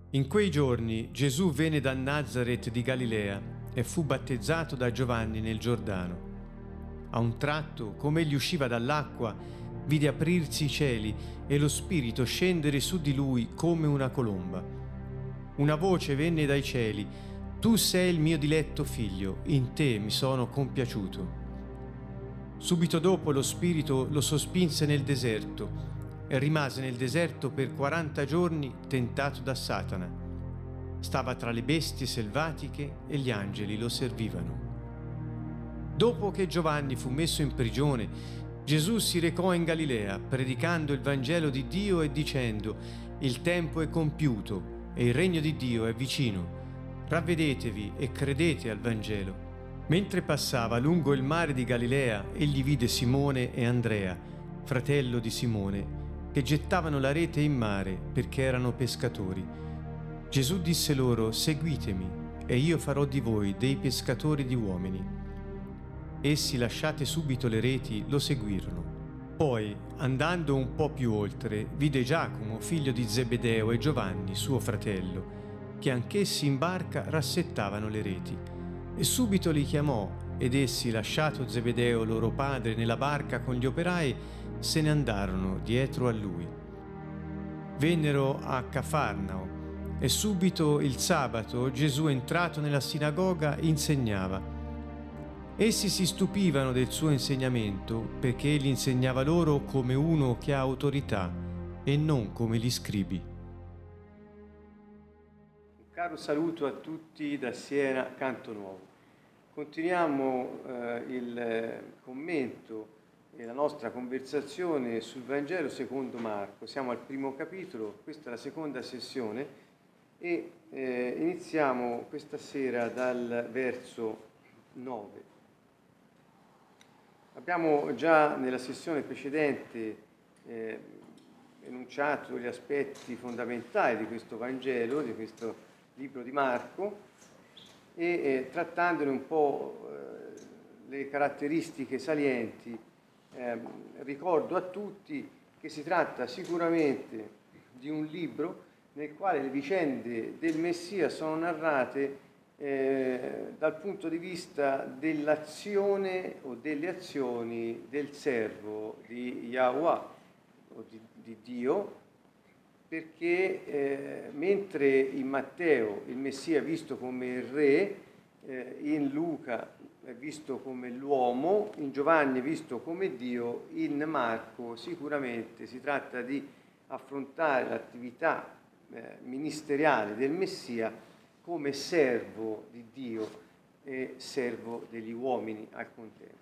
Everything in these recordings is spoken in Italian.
In quei giorni Gesù venne da Nazaret di Galilea e fu battezzato da Giovanni nel Giordano. A un tratto, come egli usciva dall'acqua, vide aprirsi i cieli e lo Spirito scendere su di lui come una colomba. Una voce venne dai cieli: «Tu sei il mio diletto figlio, in te mi sono compiaciuto». Subito dopo lo Spirito lo sospinse nel deserto e rimase nel deserto per 40 giorni tentato da Satana. Stava tra le bestie selvatiche e gli angeli lo servivano. Dopo che Giovanni fu messo in prigione, Gesù si recò in Galilea, predicando il Vangelo di Dio e dicendo: «Il tempo è compiuto e il regno di Dio è vicino. Ravvedetevi e credete al Vangelo». Mentre passava lungo il mare di Galilea, egli vide Simone e Andrea, fratello di Simone, che gettavano la rete in mare perché erano pescatori. Gesù disse loro: «Seguitemi, e io farò di voi dei pescatori di uomini». Essi, lasciate subito le reti, lo seguirono. Poi, andando un po' più oltre, vide Giacomo, figlio di Zebedeo, e Giovanni, suo fratello, che anch'essi in barca rassettavano le reti. E subito li chiamò, ed essi, lasciato Zebedeo loro padre nella barca con gli operai, se ne andarono dietro a lui. Vennero a Cafarnao, e subito il sabato Gesù, entrato nella sinagoga, insegnava. Essi si stupivano del suo insegnamento, perché egli insegnava loro come uno che ha autorità e non come gli scribi. Un caro saluto a tutti da Siena, Canto Nuovo. Continuiamo il commento e la nostra conversazione sul Vangelo secondo Marco. Siamo al primo capitolo, questa è la seconda sessione e iniziamo questa sera dal verso 9. Abbiamo già nella sessione precedente enunciato gli aspetti fondamentali di questo Vangelo, di questo libro di Marco, e trattandone un po' le caratteristiche salienti. Ricordo a tutti che si tratta sicuramente di un libro nel quale le vicende del Messia sono narrate dal punto di vista dell'azione o delle azioni del servo di Yahweh o di Dio, perché mentre in Matteo il Messia è visto come il re, in Luca è visto come l'uomo, in Giovanni è visto come Dio, in Marco sicuramente si tratta di affrontare l'attività ministeriale del Messia come servo di Dio e servo degli uomini al contempo.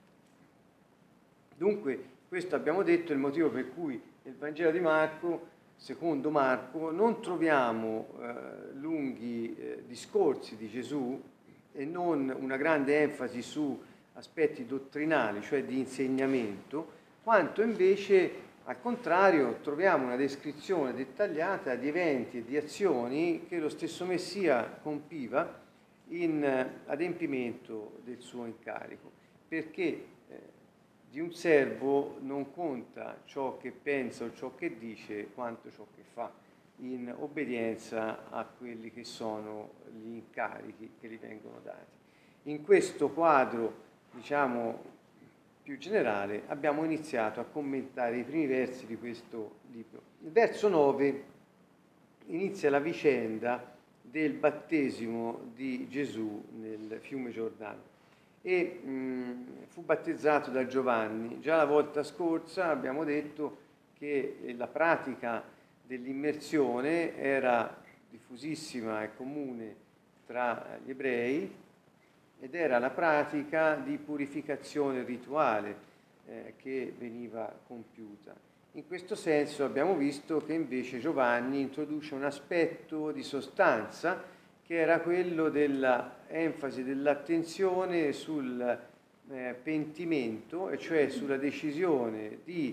Dunque, questo abbiamo detto è il motivo per cui nel Vangelo di Marco, secondo Marco, non troviamo lunghi discorsi di Gesù e non una grande enfasi su aspetti dottrinali, cioè di insegnamento, quanto invece, al contrario, troviamo una descrizione dettagliata di eventi e di azioni che lo stesso Messia compiva in adempimento del suo incarico, perché di un servo non conta ciò che pensa o ciò che dice, quanto ciò che fa, in obbedienza a quelli che sono gli incarichi che gli vengono dati. In questo quadro, diciamo, più generale, abbiamo iniziato a commentare i primi versi di questo libro. Il verso 9 inizia la vicenda del battesimo di Gesù nel fiume Giordano e fu battezzato da Giovanni. Già la volta scorsa abbiamo detto che la pratica dell'immersione era diffusissima e comune tra gli ebrei ed era la pratica di purificazione rituale che veniva compiuta. In questo senso abbiamo visto che invece Giovanni introduce un aspetto di sostanza che era quello della enfasi dell'attenzione sul pentimento, e cioè sulla decisione di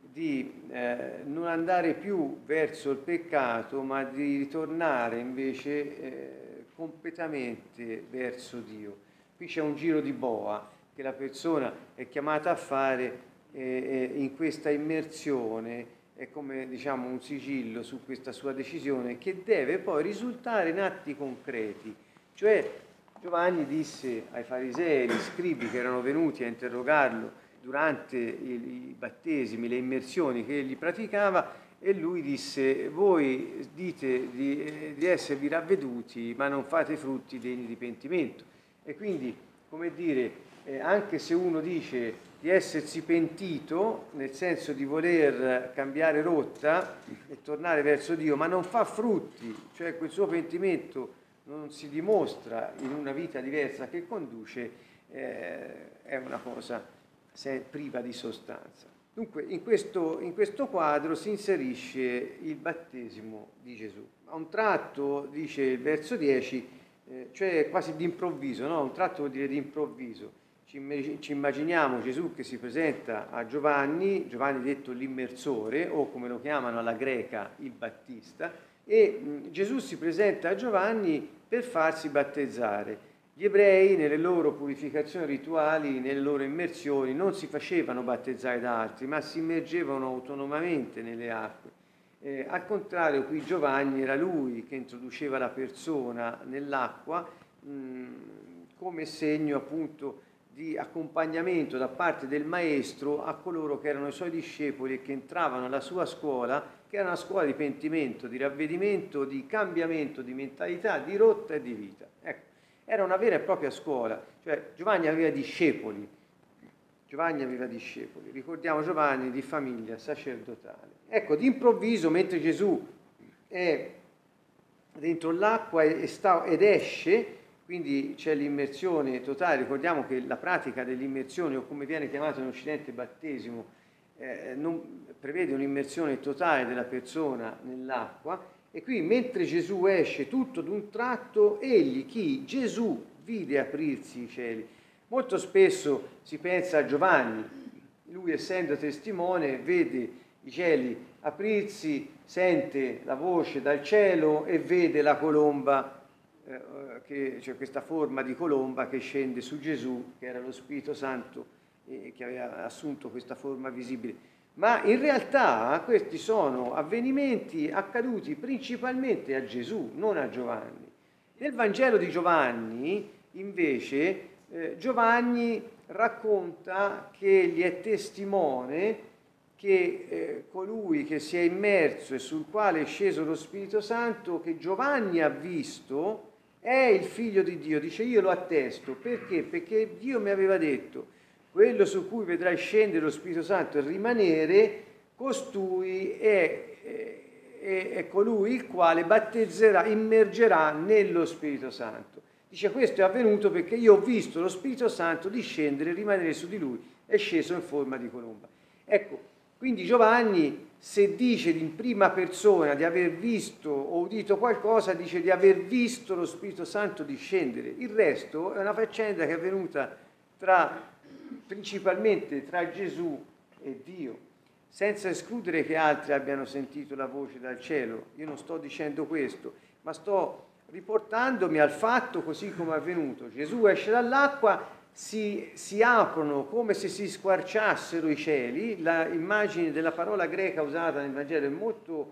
non andare più verso il peccato, ma di ritornare invece completamente verso Dio. Qui c'è un giro di boa che la persona è chiamata a fare in questa immersione è come diciamo un sigillo su questa sua decisione che deve poi risultare in atti concreti. Cioè Giovanni disse ai farisei, agli scribi che erano venuti a interrogarlo durante i battesimi, le immersioni che egli praticava, e lui disse: voi dite di esservi ravveduti, ma non fate frutti degni di pentimento. E quindi, come dire, anche se uno dice di essersi pentito, nel senso di voler cambiare rotta e tornare verso Dio, ma non fa frutti, cioè quel suo pentimento non si dimostra in una vita diversa che conduce, è una cosa priva di sostanza. Dunque in questo quadro si inserisce il battesimo di Gesù. A un tratto, dice il verso 10, cioè quasi d'improvviso, no? Un tratto vuol dire d'improvviso. Ci immaginiamo Gesù che si presenta a Giovanni detto l'immersore, o come lo chiamano alla greca il battista, e Gesù si presenta a Giovanni per farsi battezzare. Gli ebrei nelle loro purificazioni rituali, nelle loro immersioni, non si facevano battezzare da altri, ma si immergevano autonomamente nelle acque. Al contrario, qui Giovanni era lui che introduceva la persona nell'acqua come segno appunto di accompagnamento da parte del maestro a coloro che erano i suoi discepoli e che entravano alla sua scuola, che era una scuola di pentimento, di ravvedimento, di cambiamento di mentalità, di rotta e di vita. Ecco, era una vera e propria scuola, cioè Giovanni aveva discepoli, ricordiamo Giovanni di famiglia sacerdotale. Ecco, d'improvviso, mentre Gesù è dentro l'acqua ed esce, quindi c'è l'immersione totale. Ricordiamo che la pratica dell'immersione, o come viene chiamato in Occidente battesimo, non prevede un'immersione totale della persona nell'acqua, e qui mentre Gesù esce tutto d'un tratto, egli, chi? Gesù, vide aprirsi i cieli. Molto spesso si pensa a Giovanni, lui essendo testimone vede i cieli aprirsi, sente la voce dal cielo e vede la colomba, cioè questa forma di colomba che scende su Gesù, che era lo Spirito Santo che aveva assunto questa forma visibile. Ma in realtà questi sono avvenimenti accaduti principalmente a Gesù, non a Giovanni. Nel Vangelo di Giovanni, invece, Giovanni racconta che gli è testimone che colui che si è immerso e sul quale è sceso lo Spirito Santo, che Giovanni ha visto, è il Figlio di Dio. Dice: io lo attesto. Perché? Perché Dio mi aveva detto: quello su cui vedrai scendere lo Spirito Santo e rimanere, costui è colui il quale battezzerà, immergerà nello Spirito Santo. Dice: questo è avvenuto perché io ho visto lo Spirito Santo discendere e rimanere su di lui, è sceso in forma di colomba. Ecco, quindi Giovanni, se dice in prima persona di aver visto o udito qualcosa, dice di aver visto lo Spirito Santo discendere. Il resto è una faccenda che è avvenuta principalmente tra Gesù e Dio, senza escludere che altri abbiano sentito la voce dal cielo. Io non sto dicendo questo, ma sto riportandomi al fatto così come è avvenuto. Gesù esce dall'acqua, si aprono come se si squarciassero i cieli. L'immagine della parola greca usata nel Vangelo è molto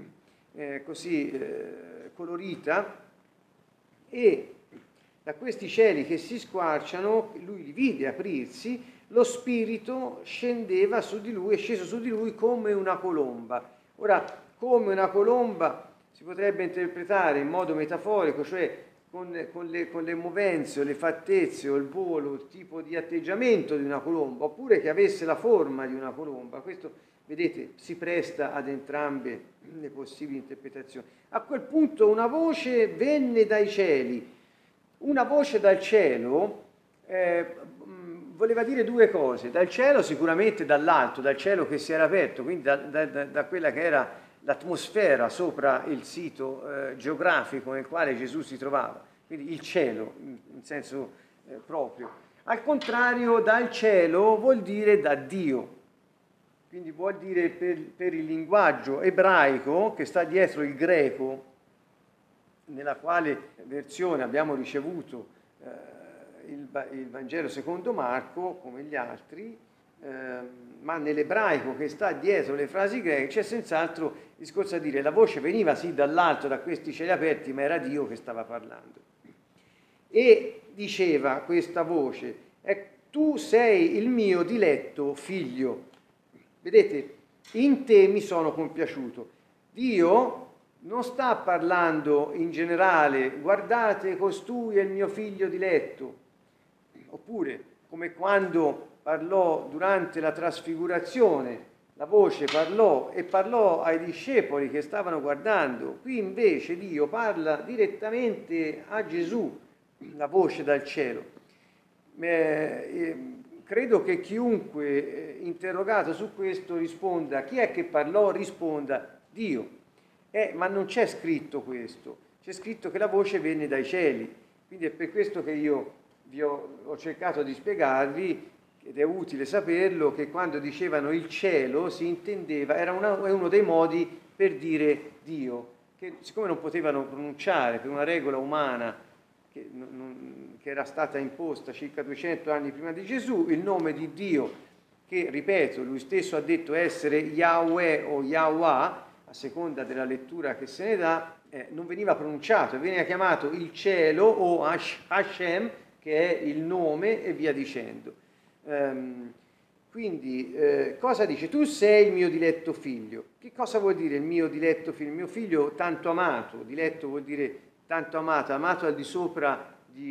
colorita, e da questi cieli che si squarciano, lui li vide aprirsi, lo Spirito scendeva su di lui, è sceso su di lui come una colomba. Ora, come una colomba si potrebbe interpretare in modo metaforico, cioè con le movenze o le fattezze o il volo, il tipo di atteggiamento di una colomba, oppure che avesse la forma di una colomba. Questo, vedete, si presta ad entrambe le possibili interpretazioni. A quel punto una voce venne dai cieli. Una voce dal cielo voleva dire due cose: dal cielo, sicuramente dall'alto, dal cielo che si era aperto, quindi da quella che era l'atmosfera sopra il sito geografico nel quale Gesù si trovava, quindi il cielo in senso proprio. Al contrario, dal cielo vuol dire da Dio, quindi vuol dire per il linguaggio ebraico che sta dietro il greco, nella quale versione abbiamo ricevuto il Vangelo secondo Marco, come gli altri, ma nell'ebraico che sta dietro le frasi greche c'è senz'altro il discorso a dire la voce veniva sì dall'alto, da questi cieli aperti, ma era Dio che stava parlando. E diceva questa voce, tu sei il mio diletto figlio. Vedete, in te mi sono compiaciuto. Dio non sta parlando in generale, guardate, costui è il mio figlio diletto. Oppure, come quando parlò durante la trasfigurazione, la voce parlò e parlò ai discepoli che stavano guardando. Qui invece Dio parla direttamente a Gesù, la voce dal cielo. Credo che chiunque interrogato su questo risponda, chi è che parlò? Risponda, Dio. Ma non c'è scritto questo, c'è scritto che la voce venne dai cieli. Quindi è per questo che io ho cercato di spiegarvi, ed è utile saperlo, che quando dicevano il cielo si intendeva, è uno dei modi per dire Dio, che siccome non potevano pronunciare per una regola umana che era stata imposta circa 200 anni prima di Gesù, il nome di Dio, che ripeto, lui stesso ha detto essere Yahweh o Yahweh, a seconda della lettura che se ne dà, non veniva pronunciato, veniva chiamato il cielo o Hashem, che è il nome, e via dicendo. Quindi cosa dice? Tu sei il mio diletto figlio. Che cosa vuol dire il mio diletto figlio? Il mio figlio tanto amato, diletto vuol dire tanto amato, amato al di sopra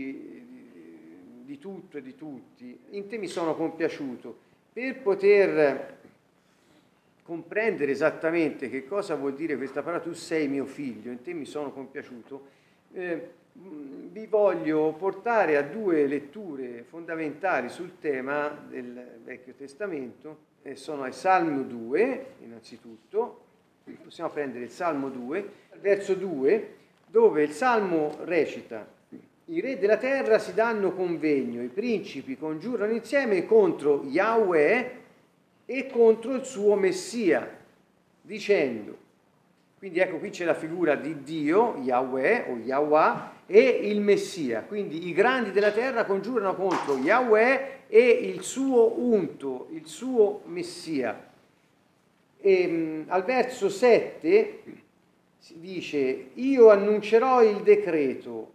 di tutto e di tutti. In te mi sono compiaciuto. Per poter comprendere esattamente che cosa vuol dire questa parola, tu sei mio figlio, in te mi sono compiaciuto, vi voglio portare a due letture fondamentali sul tema del Vecchio Testamento, sono ai Salmo 2, innanzitutto, possiamo prendere il Salmo 2, verso 2, dove il Salmo recita: i re della terra si danno convegno, i principi congiurano insieme contro Yahweh e contro il suo Messia, dicendo, quindi ecco qui c'è la figura di Dio, Yahweh o Yahweh, e il Messia, quindi i grandi della terra congiurano contro Yahweh e il suo unto, il suo Messia. E al verso 7 si dice, io annuncerò il decreto,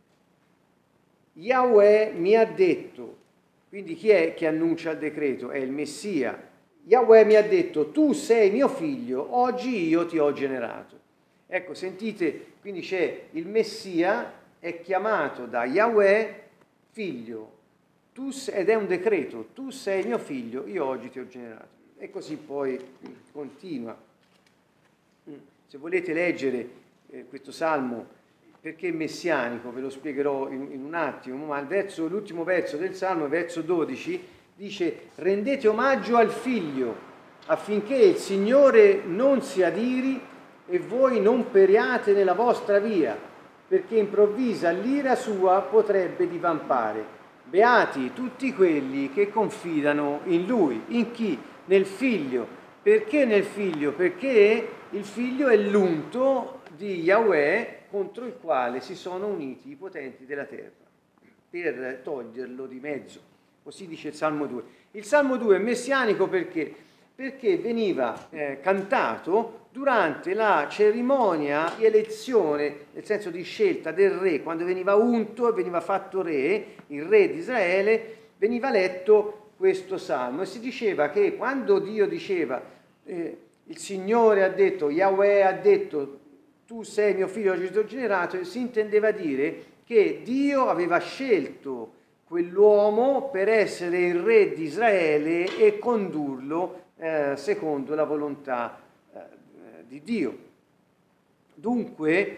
Yahweh mi ha detto, quindi chi è che annuncia il decreto? È il Messia. Yahweh mi ha detto, tu sei mio figlio, oggi io ti ho generato. Ecco, sentite, quindi c'è il Messia, è chiamato da Yahweh figlio, ed è un decreto, tu sei mio figlio, io oggi ti ho generato. E così poi continua. Se volete leggere questo salmo, perché è messianico, ve lo spiegherò in un attimo, ma l'ultimo verso del salmo, verso 12, dice, rendete omaggio al figlio, affinché il Signore non si adiri e voi non periate nella vostra via, perché improvvisa l'ira sua potrebbe divampare. Beati tutti quelli che confidano in Lui. In chi? Nel figlio. Perché nel figlio? Perché il figlio è l'unto di Yahweh contro il quale si sono uniti i potenti della terra, per toglierlo di mezzo. Così dice il Salmo 2. Il Salmo 2 è messianico perché? Perché veniva cantato durante la cerimonia di elezione, nel senso di scelta del re, quando veniva unto e veniva fatto re, il re di Israele, veniva letto questo salmo. E si diceva che quando Dio diceva, il Signore ha detto, Yahweh ha detto, tu sei mio figlio, oggi ti ho generato, si intendeva dire che Dio aveva scelto quell'uomo per essere il re di Israele e condurlo secondo la volontà di Dio. Dunque,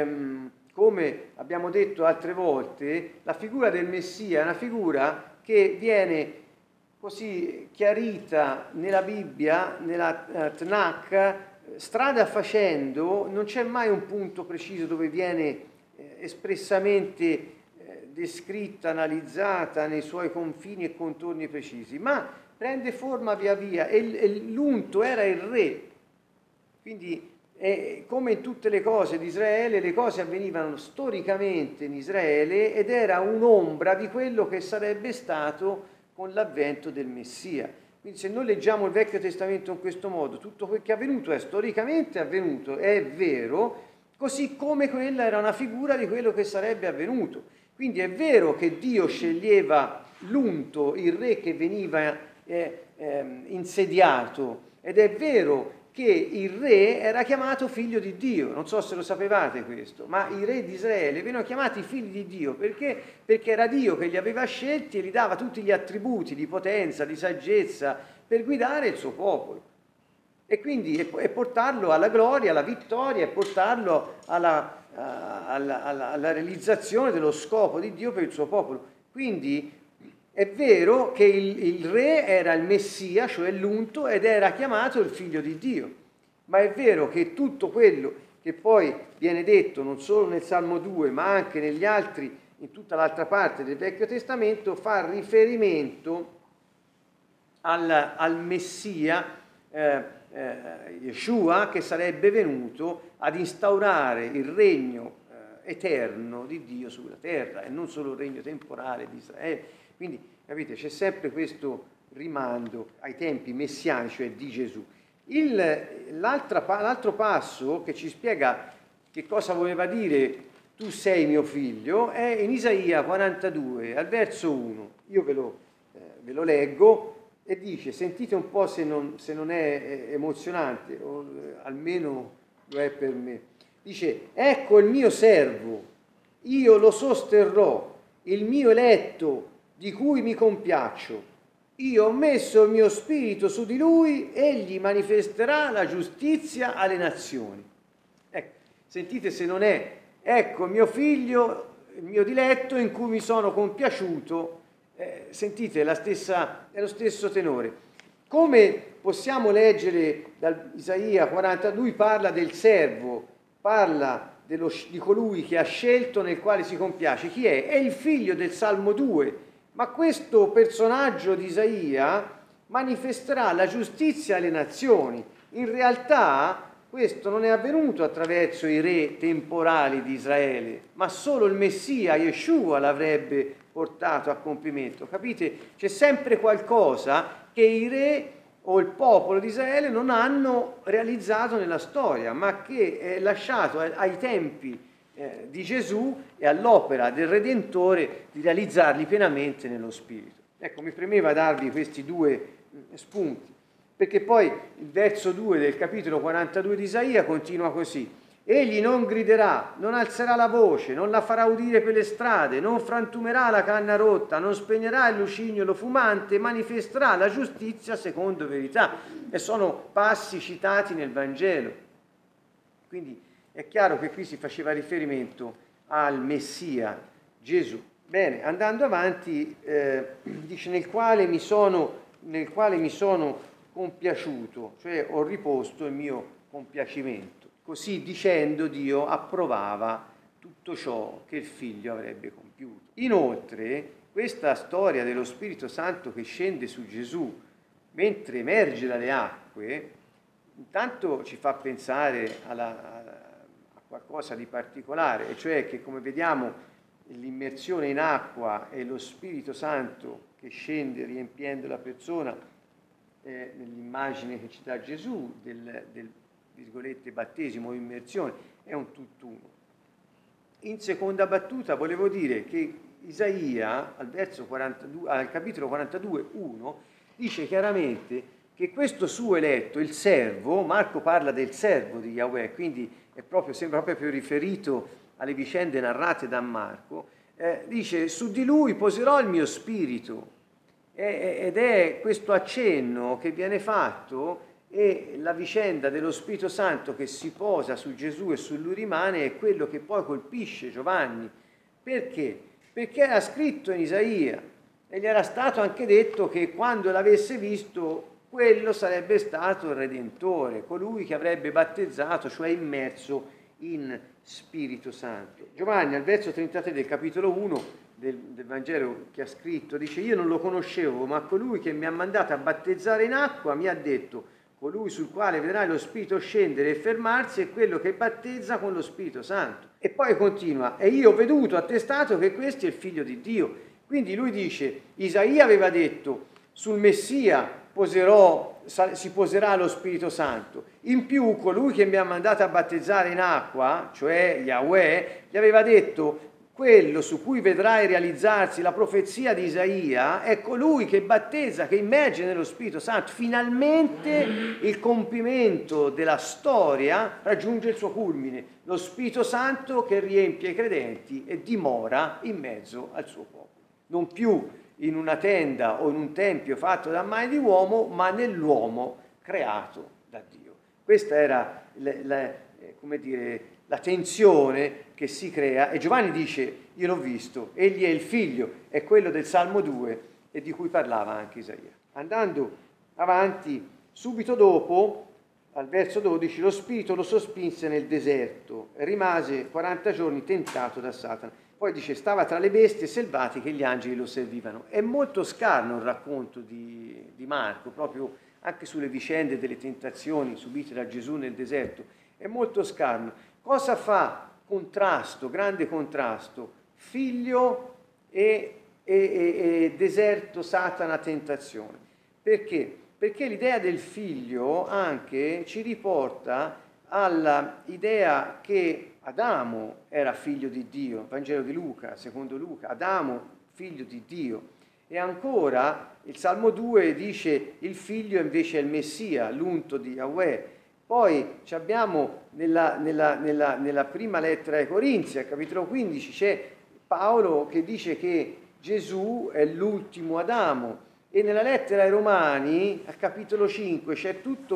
come abbiamo detto altre volte, la figura del Messia è una figura che viene così chiarita nella Bibbia, nella Tanakh, strada facendo, non c'è mai un punto preciso dove viene espressamente descritta, analizzata nei suoi confini e contorni precisi, ma prende forma via via e l'unto era il re. Quindi come in tutte le cose di Israele, le cose avvenivano storicamente in Israele ed era un'ombra di quello che sarebbe stato con l'avvento del Messia. Quindi se noi leggiamo il Vecchio Testamento in questo modo, tutto quel che è avvenuto è storicamente avvenuto, è vero, così come quella era una figura di quello che sarebbe avvenuto. Quindi è vero che Dio sceglieva l'unto, il re che veniva insediato, ed è vero che il re era chiamato figlio di Dio. Non so se lo sapevate questo, ma i re di Israele venivano chiamati figli di Dio perché era Dio che li aveva scelti e gli dava tutti gli attributi di potenza, di saggezza per guidare il suo popolo. E quindi e portarlo alla gloria, alla vittoria, e portarlo alla realizzazione dello scopo di Dio per il suo popolo. Quindi è vero che il re era il Messia, cioè l'unto, ed era chiamato il figlio di Dio, ma è vero che tutto quello che poi viene detto non solo nel Salmo 2 ma anche negli altri, in tutta l'altra parte del Vecchio Testamento, fa riferimento al Messia Yeshua, che sarebbe venuto ad instaurare il regno eterno di Dio sulla terra e non solo il regno temporale di Israele. Quindi, capite, c'è sempre questo rimando ai tempi messianici, cioè di Gesù. L'altro passo che ci spiega che cosa voleva dire tu sei mio figlio è in Isaia 42, al verso 1. Io ve lo leggo e dice, sentite un po' se non è emozionante, o almeno lo è per me. Dice, ecco il mio servo, io lo sosterrò, il mio eletto, di cui mi compiaccio. Io ho messo il mio spirito su di lui, egli manifesterà la giustizia alle nazioni. Ecco, sentite se non è, ecco il mio figlio, il mio diletto in cui mi sono compiaciuto, sentite, è lo stesso tenore. Come possiamo leggere da Isaia 42, lui parla del servo, parla di colui che ha scelto, nel quale si compiace. Chi è? È il figlio del Salmo 2. Ma questo personaggio di Isaia manifesterà la giustizia alle nazioni. In realtà questo non è avvenuto attraverso i re temporali di Israele, ma solo il Messia, Yeshua, l'avrebbe portato a compimento. Capite? C'è sempre qualcosa che i re o il popolo di Israele non hanno realizzato nella storia, ma che è lasciato ai tempi di Gesù e all'opera del Redentore di realizzarli pienamente nello Spirito. Ecco, mi premeva darvi questi due spunti, perché poi il verso 2 del capitolo 42 di Isaia continua così: egli non griderà, non alzerà la voce, non la farà udire per le strade, non frantumerà la canna rotta, non spegnerà il lucignolo fumante, manifesterà la giustizia secondo verità. E sono passi citati nel Vangelo. Quindi è chiaro che qui si faceva riferimento al Messia, Gesù. Bene, andando avanti, dice nel quale mi sono compiaciuto, cioè ho riposto il mio compiacimento. Così dicendo Dio approvava tutto ciò che il Figlio avrebbe compiuto. Inoltre, questa storia dello Spirito Santo che scende su Gesù mentre emerge dalle acque, intanto ci fa pensare a qualcosa di particolare, e cioè che, come vediamo, l'immersione in acqua e lo Spirito Santo che scende riempiendo la persona, nell'immagine che ci dà Gesù del virgolette battesimo o immersione, è un tutt'uno. In seconda battuta volevo dire che Isaia al capitolo 42, 1 dice chiaramente che questo suo eletto, il servo, Marco parla del servo di Yahweh, quindi sembra proprio riferito alle vicende narrate da Marco, dice su di lui poserò il mio spirito, ed è questo accenno che viene fatto, e la vicenda dello Spirito Santo che si posa su Gesù e su lui rimane è quello che poi colpisce Giovanni. Perché? Perché era scritto in Isaia e gli era stato anche detto che quando l'avesse visto quello sarebbe stato il Redentore, colui che avrebbe battezzato, cioè immerso in Spirito Santo. Giovanni al verso 33 del capitolo 1 del Vangelo che ha scritto dice: io non lo conoscevo, ma colui che mi ha mandato a battezzare in acqua mi ha detto: colui sul quale vedrai lo Spirito scendere e fermarsi è quello che battezza con lo Spirito Santo. E poi continua: e io ho veduto, attestato che questo è il Figlio di Dio. Quindi lui dice, Isaia aveva detto sul Messia si poserà lo Spirito Santo. In più, colui che mi ha mandato a battezzare in acqua, cioè Yahweh, gli aveva detto: quello su cui vedrai realizzarsi la profezia di Isaia è colui che battezza, che immerge nello Spirito Santo. Finalmente il compimento della storia raggiunge il suo culmine, lo Spirito Santo che riempie i credenti e dimora in mezzo al suo popolo. Non più in una tenda o in un tempio fatto da mani di uomo, ma nell'uomo creato da Dio. Questa era la tensione che si crea, e Giovanni dice: io l'ho visto, egli è il figlio, è quello del Salmo 2 e di cui parlava anche Isaia. Andando avanti, subito dopo, al verso 12, lo spirito lo sospinse nel deserto e rimase 40 giorni tentato da Satana. Poi dice: stava tra le bestie selvatiche e gli angeli lo servivano. È molto scarno il racconto di Marco, proprio anche sulle vicende delle tentazioni subite da Gesù nel deserto. È molto scarno. Cosa fa? Contrasto, grande contrasto, figlio e deserto, Satana, tentazione. Perché? Perché l'idea del figlio anche ci riporta all'idea che Adamo era figlio di Dio, Vangelo di Luca, secondo Luca, Adamo figlio di Dio. E ancora il Salmo 2 dice: il figlio invece è il Messia, l'unto di Yahweh. Poi abbiamo nella prima lettera ai Corinzi, al capitolo 15, c'è Paolo che dice che Gesù è l'ultimo Adamo, e nella lettera ai Romani, al capitolo 5, c'è tutta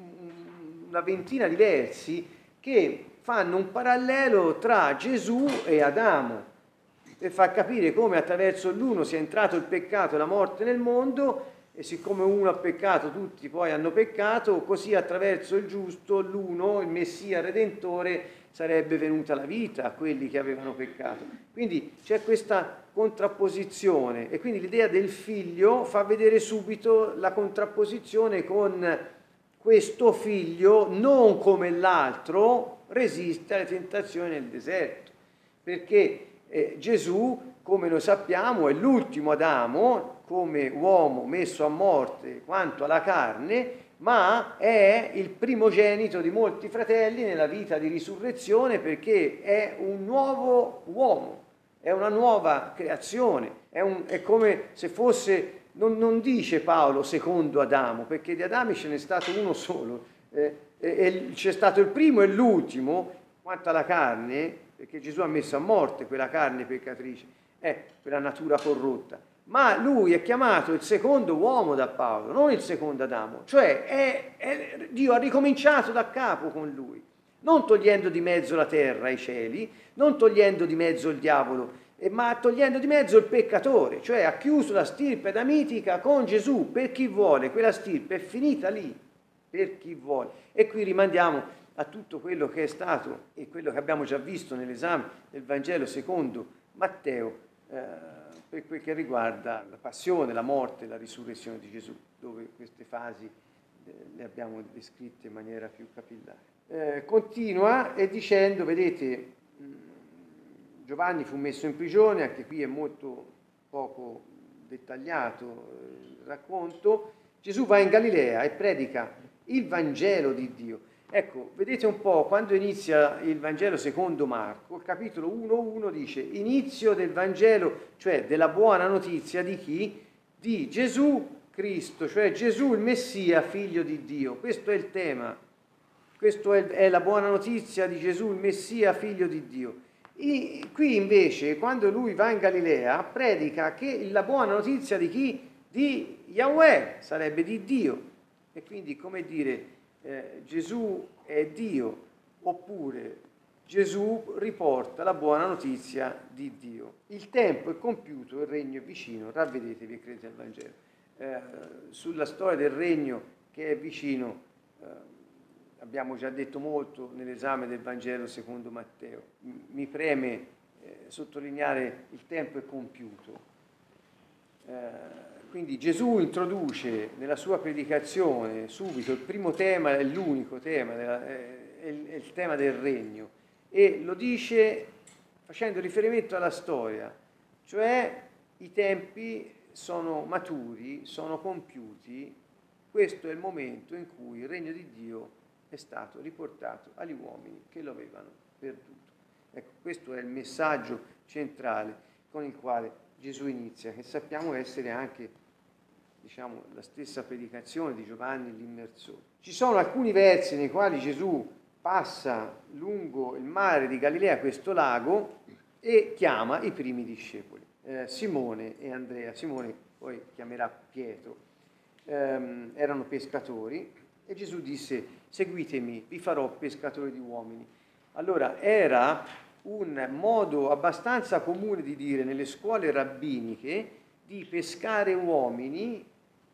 una ventina di versi che fanno un parallelo tra Gesù e Adamo, per far capire come attraverso l'uno sia entrato il peccato e la morte nel mondo, e siccome uno ha peccato, tutti poi hanno peccato, così attraverso il giusto, l'uno, il Messia Redentore, sarebbe venuta la vita a quelli che avevano peccato. Quindi c'è questa contrapposizione, e quindi l'idea del figlio fa vedere subito la contrapposizione con questo figlio, non come l'altro, resiste alle tentazioni nel deserto, perché Gesù, come noi sappiamo, è l'ultimo Adamo, come uomo messo a morte quanto alla carne, ma è il primogenito di molti fratelli nella vita di risurrezione, perché è un nuovo uomo, è una nuova creazione, è come se fosse, non dice Paolo secondo Adamo, perché di Adami ce n'è stato uno solo, c'è stato il primo e l'ultimo quanto alla carne, perché Gesù ha messo a morte quella carne peccatrice, quella natura corrotta. Ma lui è chiamato il secondo uomo da Paolo, non il secondo Adamo, cioè Dio ha ricominciato da capo con lui, non togliendo di mezzo la terra, i cieli, non togliendo di mezzo il diavolo, ma togliendo di mezzo il peccatore, cioè ha chiuso la stirpe adamitica con Gesù per chi vuole. Quella stirpe è finita lì, per chi vuole. E qui rimandiamo a tutto quello che è stato e quello che abbiamo già visto nell'esame del Vangelo secondo Matteo, per quel che riguarda la passione, la morte e la risurrezione di Gesù, dove queste fasi le abbiamo descritte in maniera più capillare. Continua e dicendo, vedete, Giovanni fu messo in prigione, anche qui è molto poco dettagliato il racconto. Gesù va in Galilea e predica il Vangelo di Dio. Ecco, vedete un po', quando inizia il Vangelo secondo Marco, il capitolo 1:1 dice: inizio del Vangelo, cioè della buona notizia di chi? Di Gesù Cristo, cioè Gesù il Messia, figlio di Dio. Questo è il tema, questa è la buona notizia di Gesù il Messia, figlio di Dio. Qui invece, quando lui va in Galilea, predica che la buona notizia di chi? Di Yahweh, sarebbe di Dio. E quindi, come dire, Gesù è Dio, oppure Gesù riporta la buona notizia di Dio. Il tempo è compiuto, il regno è vicino, ravvedetevi e credete al Vangelo. Sulla storia del regno che è vicino abbiamo già detto molto nell'esame del Vangelo secondo Matteo. Mi preme sottolineare il tempo è compiuto. Quindi Gesù introduce nella sua predicazione subito il primo tema, è l'unico tema, è il tema del regno, e lo dice facendo riferimento alla storia, cioè i tempi sono maturi, sono compiuti questo è il momento in cui il regno di Dio è stato riportato agli uomini che lo avevano perduto. Ecco, questo è il messaggio centrale con il quale Gesù inizia, che sappiamo essere anche, diciamo, la stessa predicazione di Giovanni l'Immersore. Ci sono alcuni versi nei quali Gesù passa lungo il mare di Galilea, questo lago, e chiama i primi discepoli, Simone e Andrea. Simone poi chiamerà Pietro. Erano pescatori e Gesù disse: seguitemi, vi farò pescatori di uomini. Allora era un modo abbastanza comune di dire nelle scuole rabbiniche di pescare uomini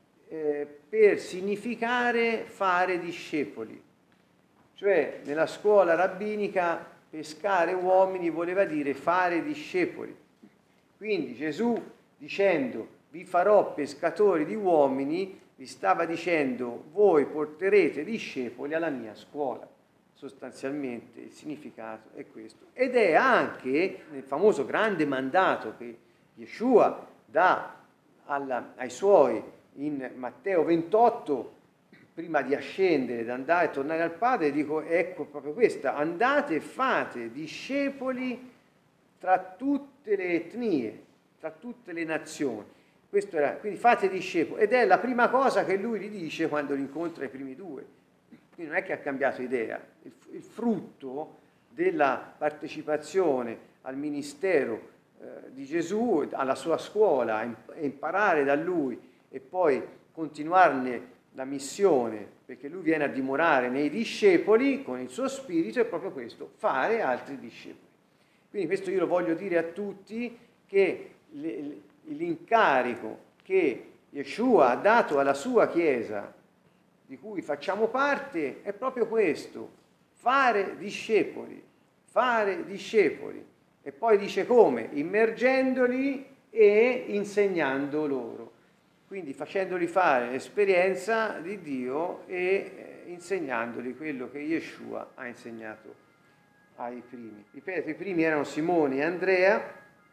per significare fare discepoli. Cioè nella scuola rabbinica pescare uomini voleva dire fare discepoli. Quindi Gesù, dicendo vi farò pescatori di uomini, vi stava dicendo voi porterete discepoli alla mia scuola. Sostanzialmente il significato è questo. Ed è anche nel famoso grande mandato che Yeshua dà ai suoi in Matteo 28, prima di ascendere, di andare e tornare al Padre, dico, ecco proprio questa: andate e fate discepoli tra tutte le etnie, tra tutte le nazioni. Questo era, quindi fate discepoli, ed è la prima cosa che lui gli dice quando li incontra i primi due. Quindi non è che ha cambiato idea, il frutto della partecipazione al ministero di Gesù, alla sua scuola, e imparare da lui e poi continuarne la missione, perché lui viene a dimorare nei discepoli con il suo spirito, è proprio questo: fare altri discepoli. Quindi questo io lo voglio dire a tutti, che l'incarico che Yeshua ha dato alla sua Chiesa, di cui facciamo parte, è proprio questo: fare discepoli, fare discepoli. E poi dice come? Immergendoli e insegnando loro. Quindi facendoli fare l'esperienza di Dio e insegnandoli quello che Yeshua ha insegnato ai primi. Ripeto, i primi erano Simone e Andrea,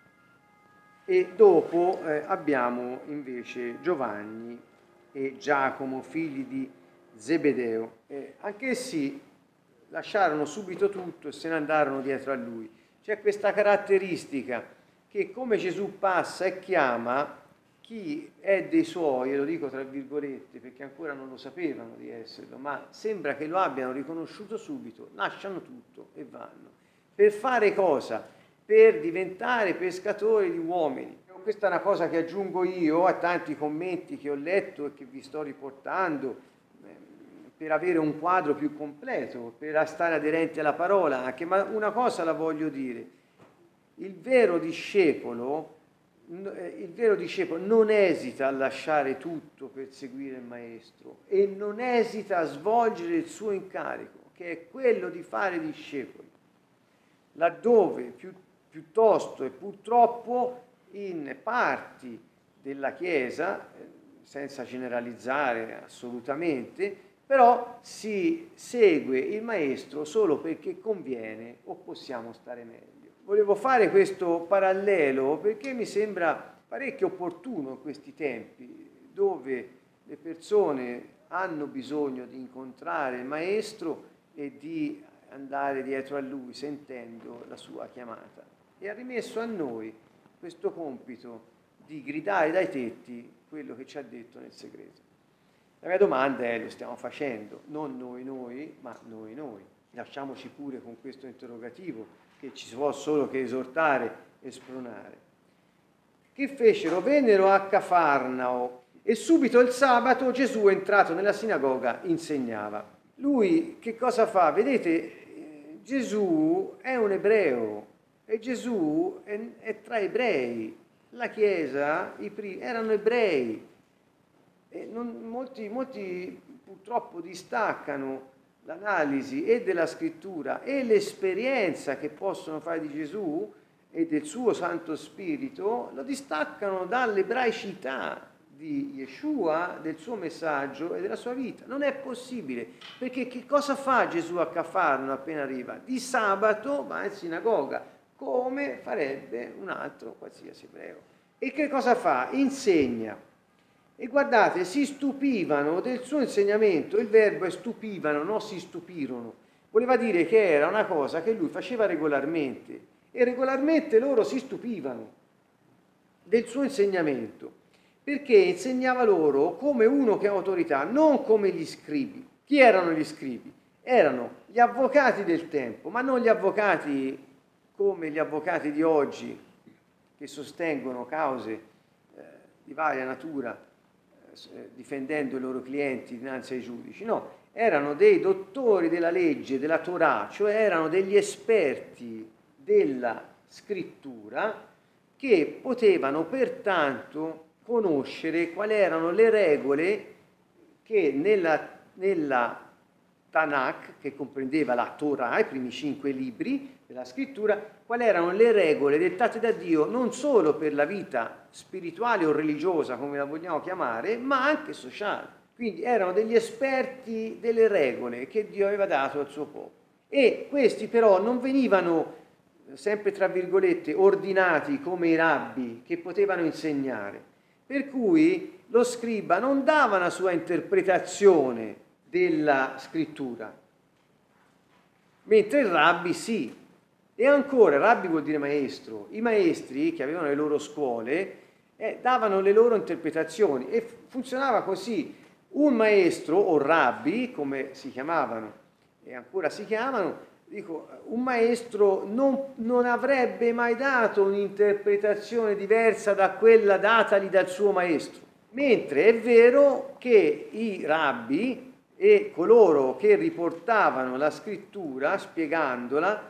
e dopo abbiamo invece Giovanni e Giacomo, figli di Zebedeo. Anch'essi lasciarono subito tutto e se ne andarono dietro a lui. C'è questa caratteristica che, come Gesù passa e chiama chi è dei suoi, e lo dico tra virgolette perché ancora non lo sapevano di esserlo, ma sembra che lo abbiano riconosciuto subito, lasciano tutto e vanno. Per fare cosa? Per diventare pescatori di uomini. Questa è una cosa che aggiungo io a tanti commenti che ho letto e che vi sto riportando, per avere un quadro più completo, per stare aderenti alla parola anche. Ma una cosa la voglio dire: il vero discepolo non esita a lasciare tutto per seguire il maestro, e non esita a svolgere il suo incarico, che è quello di fare discepoli, laddove piuttosto e purtroppo in parti della Chiesa, senza generalizzare assolutamente, però si segue il maestro solo perché conviene o possiamo stare meglio. Volevo fare questo parallelo perché mi sembra parecchio opportuno in questi tempi, dove le persone hanno bisogno di incontrare il maestro e di andare dietro a lui sentendo la sua chiamata. E ha rimesso a noi questo compito di gridare dai tetti quello che ci ha detto nel segreto. La mia domanda è: lo stiamo facendo? Non noi, ma noi. Lasciamoci pure con questo interrogativo, che ci può solo che esortare e spronare. Che fecero? Vennero a Cafarnao, e subito il sabato Gesù, entrato nella sinagoga, insegnava. Lui che cosa fa? Vedete, Gesù è un ebreo, e Gesù è tra ebrei. La Chiesa, erano ebrei. E molti purtroppo distaccano l'analisi e della scrittura e l'esperienza che possono fare di Gesù e del suo Santo Spirito, lo distaccano dall'ebraicità di Yeshua, del suo messaggio e della sua vita. Non è possibile, perché che cosa fa Gesù a Cafarno appena arriva? Di sabato va in sinagoga, come farebbe un altro qualsiasi ebreo. E che cosa fa? Insegna. E guardate, si stupivano del suo insegnamento. Il verbo è stupivano, non si stupirono. Voleva dire che era una cosa che lui faceva regolarmente e regolarmente loro si stupivano del suo insegnamento, perché insegnava loro come uno che ha autorità, non come gli scribi. Chi erano gli scribi? Erano gli avvocati del tempo, ma non gli avvocati come gli avvocati di oggi che sostengono cause di varia natura difendendo i loro clienti dinanzi ai giudici. No, erano dei dottori della legge, della Torah, cioè erano degli esperti della scrittura che potevano pertanto conoscere quali erano le regole che nella Tanakh, che comprendeva la Torah, i primi 5 libri della scrittura, quali erano le regole dettate da Dio non solo per la vita spirituale o religiosa, come la vogliamo chiamare, ma anche sociale. Quindi erano degli esperti delle regole che Dio aveva dato al suo popolo. E questi però non venivano, sempre tra virgolette, ordinati come i rabbi che potevano insegnare. Per cui lo scriba non dava una sua interpretazione della scrittura, mentre il rabbi sì. E ancora, rabbi vuol dire maestro. I maestri che avevano le loro scuole davano le loro interpretazioni e funzionava così. Un maestro o rabbi, come si chiamavano e ancora si chiamano, un maestro non avrebbe mai dato un'interpretazione diversa da quella datagli dal suo maestro. Mentre è vero che i rabbi e coloro che riportavano la scrittura spiegandola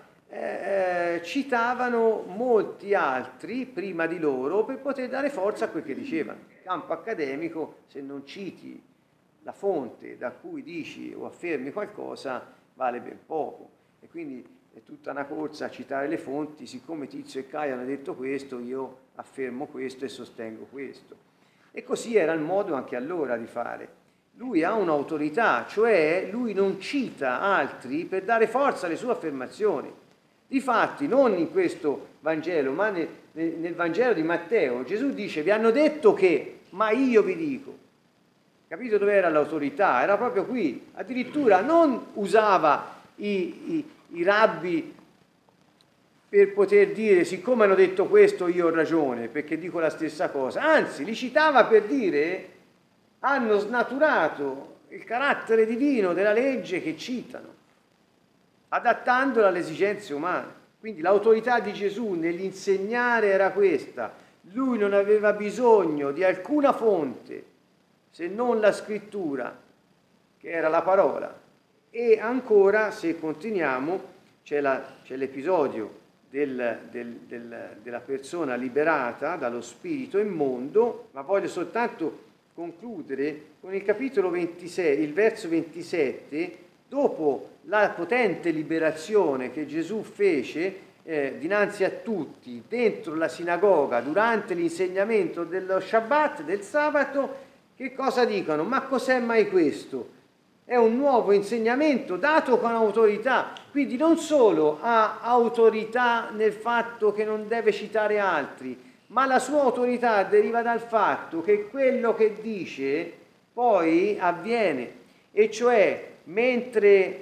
citavano molti altri prima di loro per poter dare forza a quel che dicevano. In campo accademico, se non citi la fonte da cui dici o affermi qualcosa, vale ben poco. E quindi è tutta una corsa a citare le fonti. Siccome Tizio e Caio hanno detto questo, io affermo questo e sostengo questo. E così era il modo anche allora di fare. Lui ha un'autorità, cioè lui non cita altri per dare forza alle sue affermazioni. Difatti, non in questo Vangelo, ma nel Vangelo di Matteo, Gesù dice: vi hanno detto che, ma io vi dico. Capito dove era l'autorità? Era proprio qui. Addirittura non usava i rabbi per poter dire: siccome hanno detto questo io ho ragione, perché dico la stessa cosa. Anzi, li citava per dire: hanno snaturato il carattere divino della legge che citano, adattandola alle esigenze umane. Quindi l'autorità di Gesù nell'insegnare era questa. Lui non aveva bisogno di alcuna fonte se non la scrittura, che era la parola. E ancora, se continuiamo, c'è l'episodio della persona liberata dallo spirito immondo, ma voglio soltanto concludere con il capitolo 26, il verso 27, dopo la potente liberazione che Gesù fece dinanzi a tutti, dentro la sinagoga, durante l'insegnamento dello Shabbat, del sabato. Che cosa dicono? Ma cos'è mai questo? È un nuovo insegnamento dato con autorità, quindi non solo ha autorità nel fatto che non deve citare altri, ma la sua autorità deriva dal fatto che quello che dice poi avviene, e cioè mentre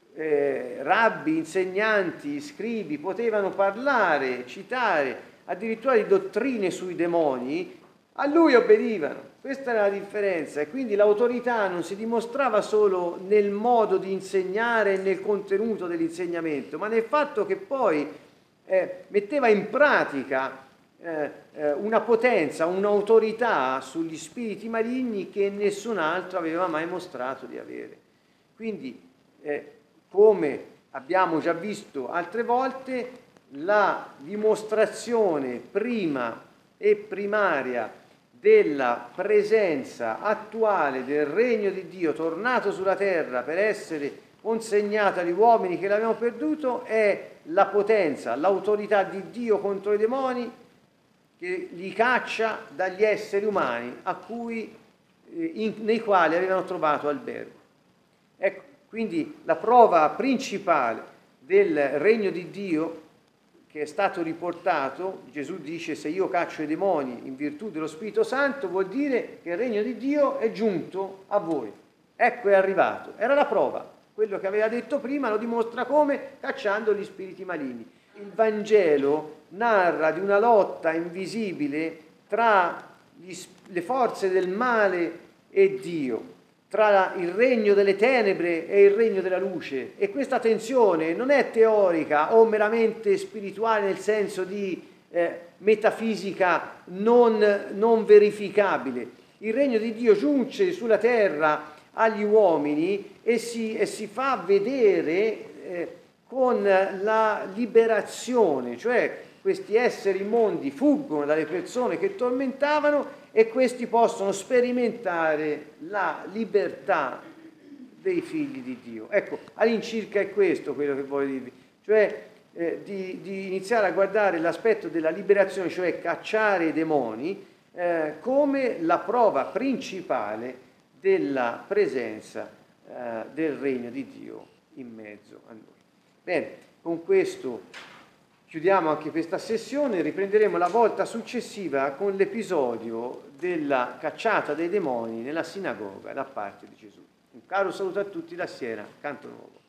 rabbi, insegnanti, scribi potevano parlare, citare addirittura di dottrine sui demoni, a lui obbedivano. Questa era la differenza, e quindi l'autorità non si dimostrava solo nel modo di insegnare e nel contenuto dell'insegnamento, ma nel fatto che poi metteva in pratica una potenza, un'autorità sugli spiriti maligni che nessun altro aveva mai mostrato di avere. Quindi, come abbiamo già visto altre volte, la dimostrazione prima e primaria della presenza attuale del regno di Dio tornato sulla terra per essere consegnato agli uomini che l'avevano perduto è la potenza, l'autorità di Dio contro i demoni, che li caccia dagli esseri umani nei quali avevano trovato albergo. Ecco, quindi la prova principale del regno di Dio che è stato riportato, Gesù dice: se io caccio i demoni in virtù dello Spirito Santo, vuol dire che il regno di Dio è giunto a voi. Ecco, è arrivato. Era la prova. Quello che aveva detto prima lo dimostra come? Cacciando gli spiriti maligni. Il Vangelo narra di una lotta invisibile tra le forze del male e Dio, tra il regno delle tenebre e il regno della luce, e questa tensione non è teorica o meramente spirituale nel senso di metafisica non verificabile. Il regno di Dio giunge sulla terra agli uomini e si fa vedere con la liberazione, cioè questi esseri immondi fuggono dalle persone che tormentavano e questi possono sperimentare la libertà dei figli di Dio. Ecco, all'incirca è questo quello che voglio dirvi, cioè di iniziare a guardare l'aspetto della liberazione, cioè cacciare i demoni, come la prova principale della presenza del regno di Dio in mezzo a noi. Bene, con questo chiudiamo anche questa sessione, riprenderemo la volta successiva con l'episodio della cacciata dei demoni nella sinagoga da parte di Gesù. Un caro saluto a tutti da Siena, Canto Nuovo.